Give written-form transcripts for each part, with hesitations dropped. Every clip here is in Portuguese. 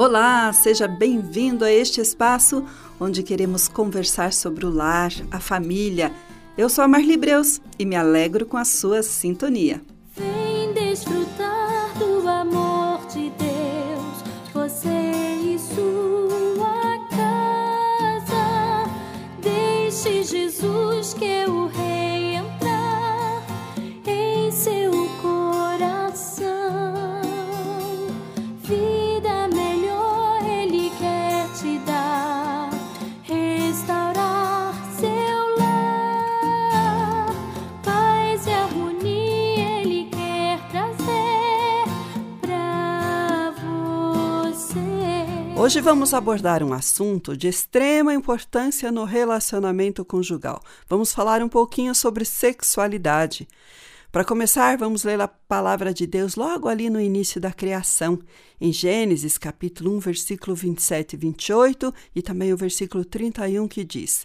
Olá, seja bem-vindo a este espaço onde queremos conversar sobre o lar, a família. Eu sou a Marli Breus e me alegro com a sua sintonia. Vem desfrutar do amor de Deus, você e sua casa. Deixe Jesus, que é o Rei, entrar em seu coração. Vida melhor Ele quer te dar, restaurar seu lar. Paz e harmonia Ele quer trazer pra você. Hoje vamos abordar um assunto de extrema importância no relacionamento conjugal. Vamos falar um pouquinho sobre sexualidade. Para começar, vamos ler a palavra de Deus logo ali no início da criação, em Gênesis capítulo 1, versículo 27 e 28, e também o versículo 31, que diz: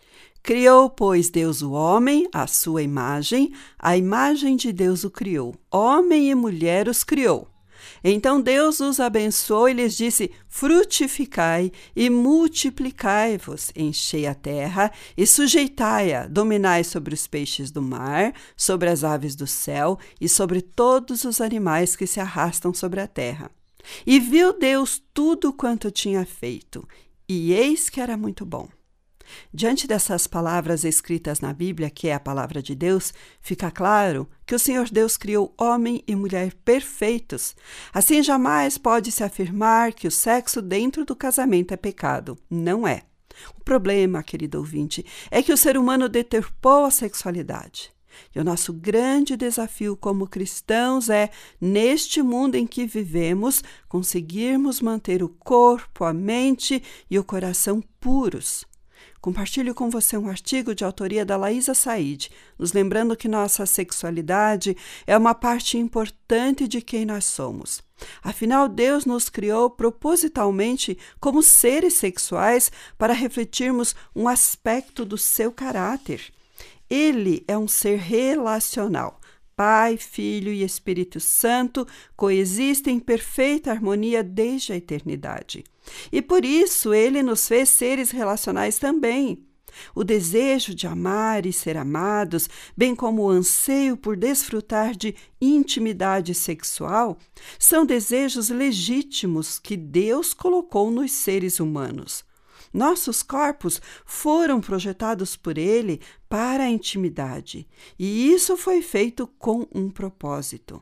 Criou, pois, Deus o homem, à sua imagem, a imagem de Deus o criou, homem e mulher os criou. Então Deus os abençoou e lhes disse: frutificai e multiplicai-vos, enchei a terra e sujeitai-a, dominai sobre os peixes do mar, sobre as aves do céu e sobre todos os animais que se arrastam sobre a terra. E viu Deus tudo quanto tinha feito, e eis que era muito bom. Diante dessas palavras escritas na Bíblia, que é a palavra de Deus, fica claro que o Senhor Deus criou homem e mulher perfeitos. Assim, jamais pode-se afirmar que o sexo dentro do casamento é pecado. Não é. O problema, querido ouvinte, é que o ser humano deturpou a sexualidade. E o nosso grande desafio como cristãos é, neste mundo em que vivemos, conseguirmos manter o corpo, a mente e o coração puros. Compartilho com você um artigo de autoria da Laísa Said, nos lembrando que nossa sexualidade é uma parte importante de quem nós somos. Afinal, Deus nos criou propositalmente como seres sexuais para refletirmos um aspecto do seu caráter. Ele é um ser relacional. Pai, Filho e Espírito Santo coexistem em perfeita harmonia desde a eternidade. E por isso Ele nos fez seres relacionais também. O desejo de amar e ser amados, bem como o anseio por desfrutar de intimidade sexual, são desejos legítimos que Deus colocou nos seres humanos. Nossos corpos foram projetados por Ele para a intimidade, e isso foi feito com um propósito.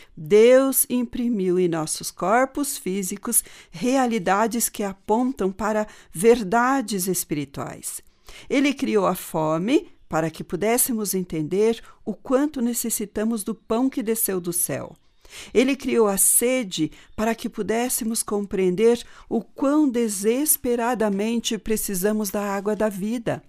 Deus imprimiu em nossos corpos físicos realidades que apontam para verdades espirituais. Ele criou a fome para que pudéssemos entender o quanto necessitamos do pão que desceu do céu. Ele criou a sede para que pudéssemos compreender o quão desesperadamente precisamos da água da vida.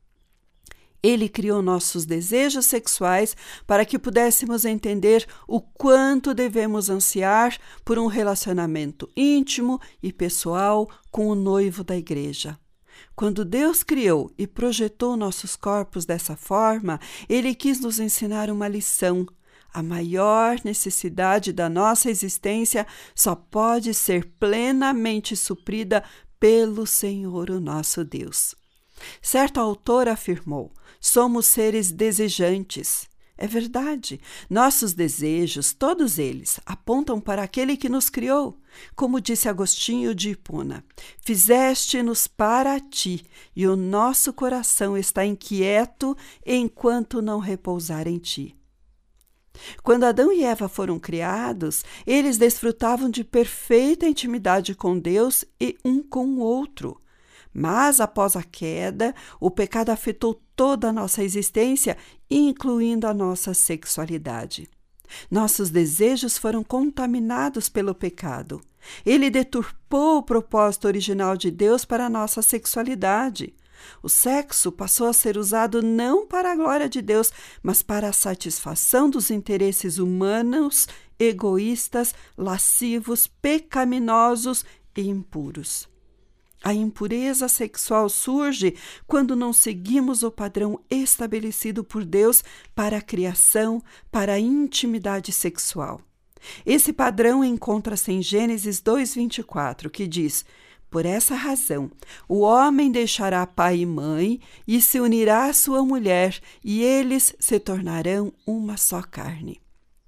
Ele criou nossos desejos sexuais para que pudéssemos entender o quanto devemos ansiar por um relacionamento íntimo e pessoal com o noivo da igreja. Quando Deus criou e projetou nossos corpos dessa forma, Ele quis nos ensinar uma lição. A maior necessidade da nossa existência só pode ser plenamente suprida pelo Senhor, o nosso Deus. Certo autor afirmou: somos seres desejantes. É verdade, nossos desejos, todos eles, apontam para aquele que nos criou. Como disse Agostinho de Hipona: fizeste-nos para ti, e o nosso coração está inquieto enquanto não repousar em ti. Quando Adão e Eva foram criados, eles desfrutavam de perfeita intimidade com Deus e um com o outro. Mas, após a queda, o pecado afetou toda a nossa existência, incluindo a nossa sexualidade. Nossos desejos foram contaminados pelo pecado. Ele deturpou o propósito original de Deus para a nossa sexualidade. O sexo passou a ser usado não para a glória de Deus, mas para a satisfação dos interesses humanos, egoístas, lascivos, pecaminosos e impuros. A impureza sexual surge quando não seguimos o padrão estabelecido por Deus para a criação, para a intimidade sexual. Esse padrão encontra-se em Gênesis 2:24, que diz: por essa razão, o homem deixará pai e mãe e se unirá à sua mulher, e eles se tornarão uma só carne.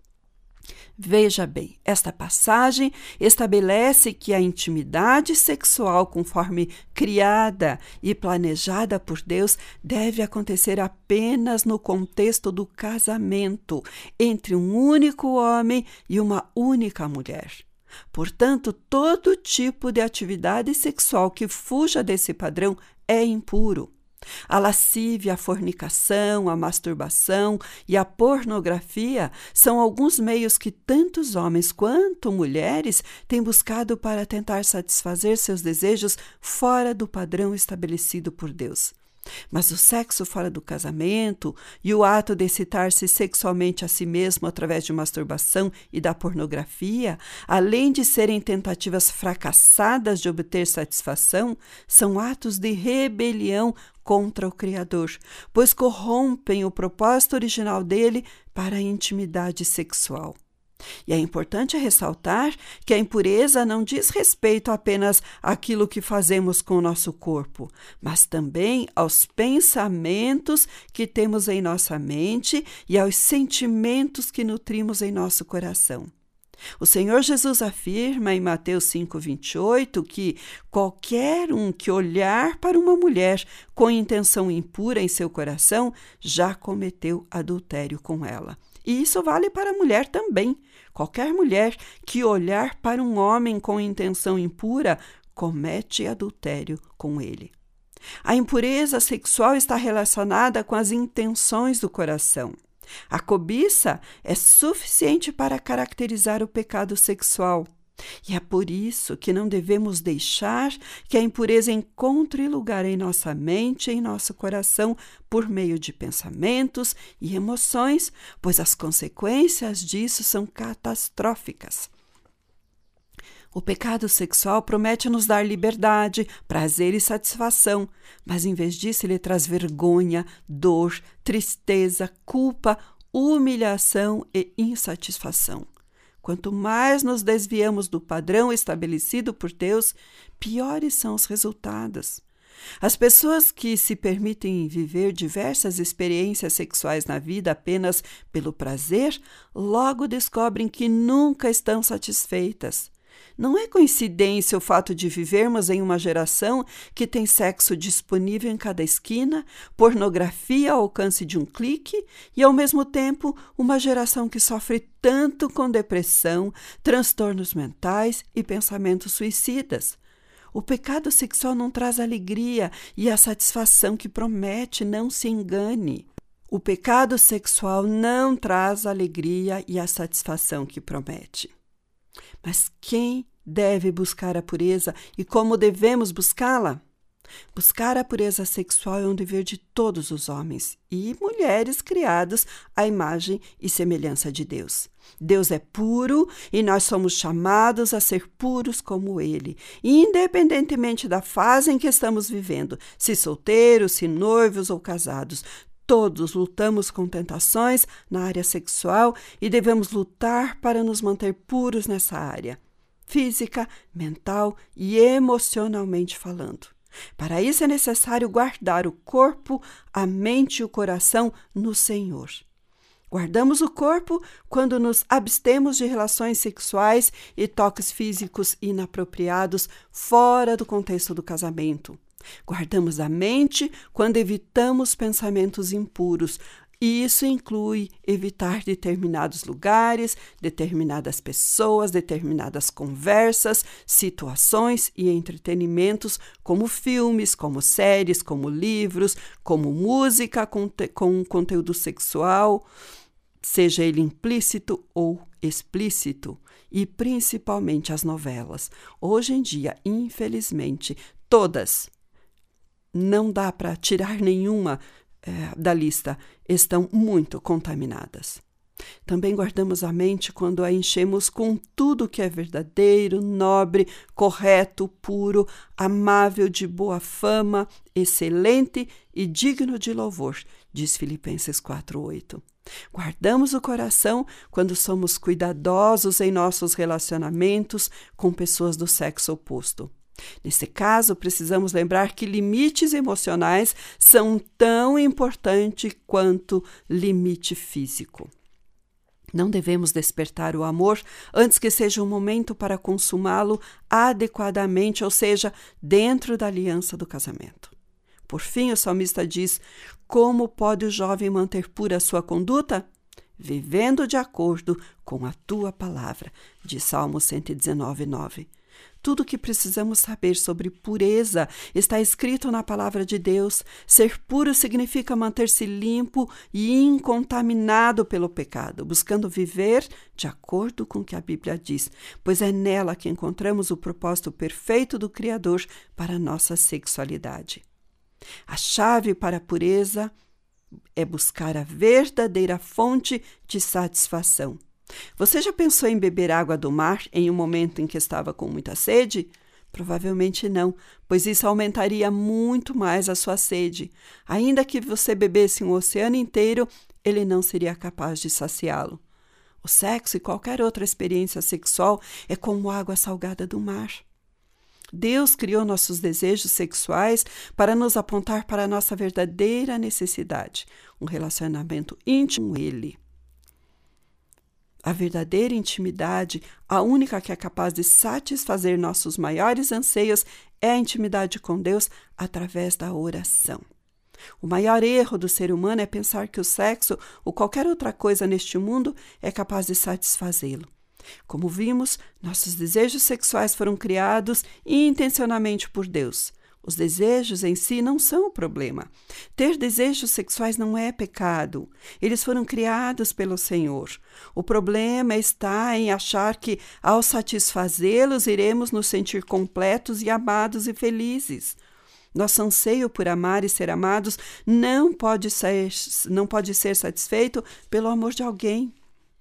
Veja bem, esta passagem estabelece que a intimidade sexual, conforme criada e planejada por Deus, deve acontecer apenas no contexto do casamento entre um único homem e uma única mulher. Portanto, todo tipo de atividade sexual que fuja desse padrão é impuro. A lascívia, a fornicação, a masturbação e a pornografia são alguns meios que tantos homens quanto mulheres têm buscado para tentar satisfazer seus desejos fora do padrão estabelecido por Deus. Mas o sexo fora do casamento e o ato de excitar-se sexualmente a si mesmo através de masturbação e da pornografia, além de serem tentativas fracassadas de obter satisfação, são atos de rebelião contra o Criador, pois corrompem o propósito original dele para a intimidade sexual. E é importante ressaltar que a impureza não diz respeito apenas àquilo que fazemos com o nosso corpo, mas também aos pensamentos que temos em nossa mente e aos sentimentos que nutrimos em nosso coração. O Senhor Jesus afirma em Mateus 5:28 que qualquer um que olhar para uma mulher com intenção impura em seu coração já cometeu adultério com ela. E isso vale para a mulher também. Qualquer mulher que olhar para um homem com intenção impura comete adultério com ele. A impureza sexual está relacionada com as intenções do coração. A cobiça é suficiente para caracterizar o pecado sexual. E é por isso que não devemos deixar que a impureza encontre lugar em nossa mente e em nosso coração por meio de pensamentos e emoções, pois as consequências disso são catastróficas. O pecado sexual promete nos dar liberdade, prazer e satisfação, mas em vez disso ele traz vergonha, dor, tristeza, culpa, humilhação e insatisfação. Quanto mais nos desviamos do padrão estabelecido por Deus, piores são os resultados. As pessoas que se permitem viver diversas experiências sexuais na vida apenas pelo prazer, logo descobrem que nunca estão satisfeitas. Não é coincidência o fato de vivermos em uma geração que tem sexo disponível em cada esquina, pornografia ao alcance de um clique e, ao mesmo tempo, uma geração que sofre tanto com depressão, transtornos mentais e pensamentos suicidas. O pecado sexual não traz alegria e a satisfação que promete, não se engane. O pecado sexual não traz a alegria e a satisfação que promete. Mas quem deve buscar a pureza e como devemos buscá-la? Buscar a pureza sexual é um dever de todos os homens e mulheres criados à imagem e semelhança de Deus. Deus é puro e nós somos chamados a ser puros como Ele, independentemente da fase em que estamos vivendo, se solteiros, se noivos ou casados. Todos lutamos com tentações na área sexual e devemos lutar para nos manter puros nessa área, física, mental e emocionalmente falando. Para isso é necessário guardar o corpo, a mente e o coração no Senhor. Guardamos o corpo quando nos abstemos de relações sexuais e toques físicos inapropriados fora do contexto do casamento. Guardamos a mente quando evitamos pensamentos impuros, e isso inclui evitar determinados lugares, determinadas pessoas, determinadas conversas, situações e entretenimentos, como filmes, como séries, como livros, como música com conteúdo sexual, seja ele implícito ou explícito, e principalmente as novelas. Hoje em dia, infelizmente, todas, não dá para tirar nenhuma da lista, estão muito contaminadas. Também guardamos a mente quando a enchemos com tudo que é verdadeiro, nobre, correto, puro, amável, de boa fama, excelente e digno de louvor, diz Filipenses 4:8. Guardamos o coração quando somos cuidadosos em nossos relacionamentos com pessoas do sexo oposto. Nesse caso, precisamos lembrar que limites emocionais são tão importantes quanto limite físico. Não devemos despertar o amor antes que seja um momento para consumá-lo adequadamente, ou seja, dentro da aliança do casamento. Por fim, o salmista diz: como pode o jovem manter pura a sua conduta? Vivendo de acordo com a tua palavra, de Salmo 119:9. Tudo o que precisamos saber sobre pureza está escrito na palavra de Deus. Ser puro significa manter-se limpo e incontaminado pelo pecado, buscando viver de acordo com o que a Bíblia diz, pois é nela que encontramos o propósito perfeito do Criador para a nossa sexualidade. A chave para a pureza é buscar a verdadeira fonte de satisfação. Você já pensou em beber água do mar em um momento em que estava com muita sede? Provavelmente não, pois isso aumentaria muito mais a sua sede. Ainda que você bebesse um oceano inteiro, ele não seria capaz de saciá-lo. O sexo e qualquer outra experiência sexual é como água salgada do mar. Deus criou nossos desejos sexuais para nos apontar para a nossa verdadeira necessidade, um relacionamento íntimo com Ele. A verdadeira intimidade, a única que é capaz de satisfazer nossos maiores anseios, é a intimidade com Deus através da oração. O maior erro do ser humano é pensar que o sexo ou qualquer outra coisa neste mundo é capaz de satisfazê-lo. Como vimos, nossos desejos sexuais foram criados intencionalmente por Deus. Os desejos em si não são o problema. Ter desejos sexuais não é pecado. Eles foram criados pelo Senhor. O problema está em achar que, ao satisfazê-los, iremos nos sentir completos e amados e felizes. Nosso anseio por amar e ser amados não pode ser satisfeito pelo amor de alguém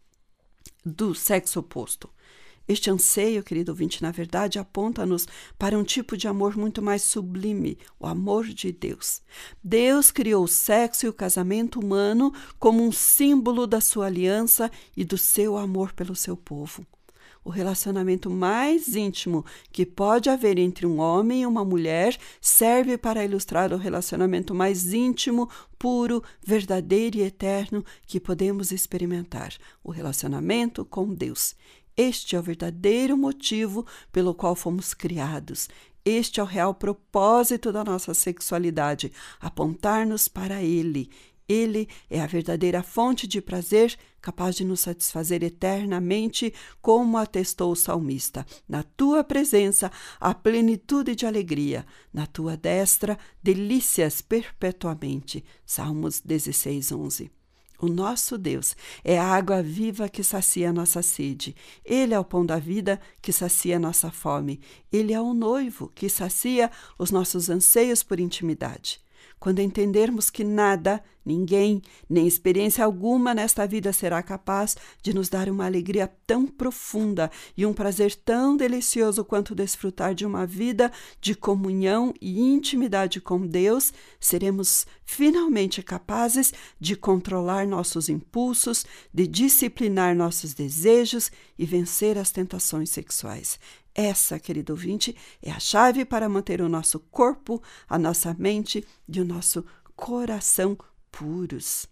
do sexo oposto. Este anseio, querido ouvinte, na verdade aponta-nos para um tipo de amor muito mais sublime, o amor de Deus. Deus criou o sexo e o casamento humano como um símbolo da sua aliança e do seu amor pelo seu povo. O relacionamento mais íntimo que pode haver entre um homem e uma mulher serve para ilustrar o relacionamento mais íntimo, puro, verdadeiro e eterno que podemos experimentar, o relacionamento com Deus. Este é o verdadeiro motivo pelo qual fomos criados. Este é o real propósito da nossa sexualidade, apontar-nos para Ele. Ele é a verdadeira fonte de prazer, capaz de nos satisfazer eternamente, como atestou o salmista. Na tua presença, há plenitude de alegria. Na tua destra, delícias perpetuamente. Salmos 16:11. O nosso Deus é a água viva que sacia a nossa sede. Ele é o pão da vida que sacia a nossa fome. Ele é o noivo que sacia os nossos anseios por intimidade. Quando entendermos que nada, ninguém, nem experiência alguma nesta vida será capaz de nos dar uma alegria tão profunda e um prazer tão delicioso quanto desfrutar de uma vida de comunhão e intimidade com Deus, seremos finalmente capazes de controlar nossos impulsos, de disciplinar nossos desejos e vencer as tentações sexuais. Essa, querido ouvinte, é a chave para manter o nosso corpo, a nossa mente e o nosso coração puros.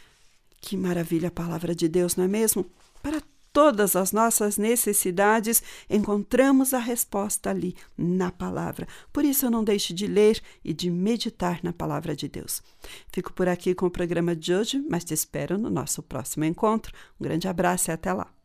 Que maravilha a palavra de Deus, não é mesmo? Para todas as nossas necessidades, encontramos a resposta ali na palavra. Por isso, não deixe de ler e de meditar na palavra de Deus. Fico por aqui com o programa de hoje, mas te espero no nosso próximo encontro. Um grande abraço e até lá.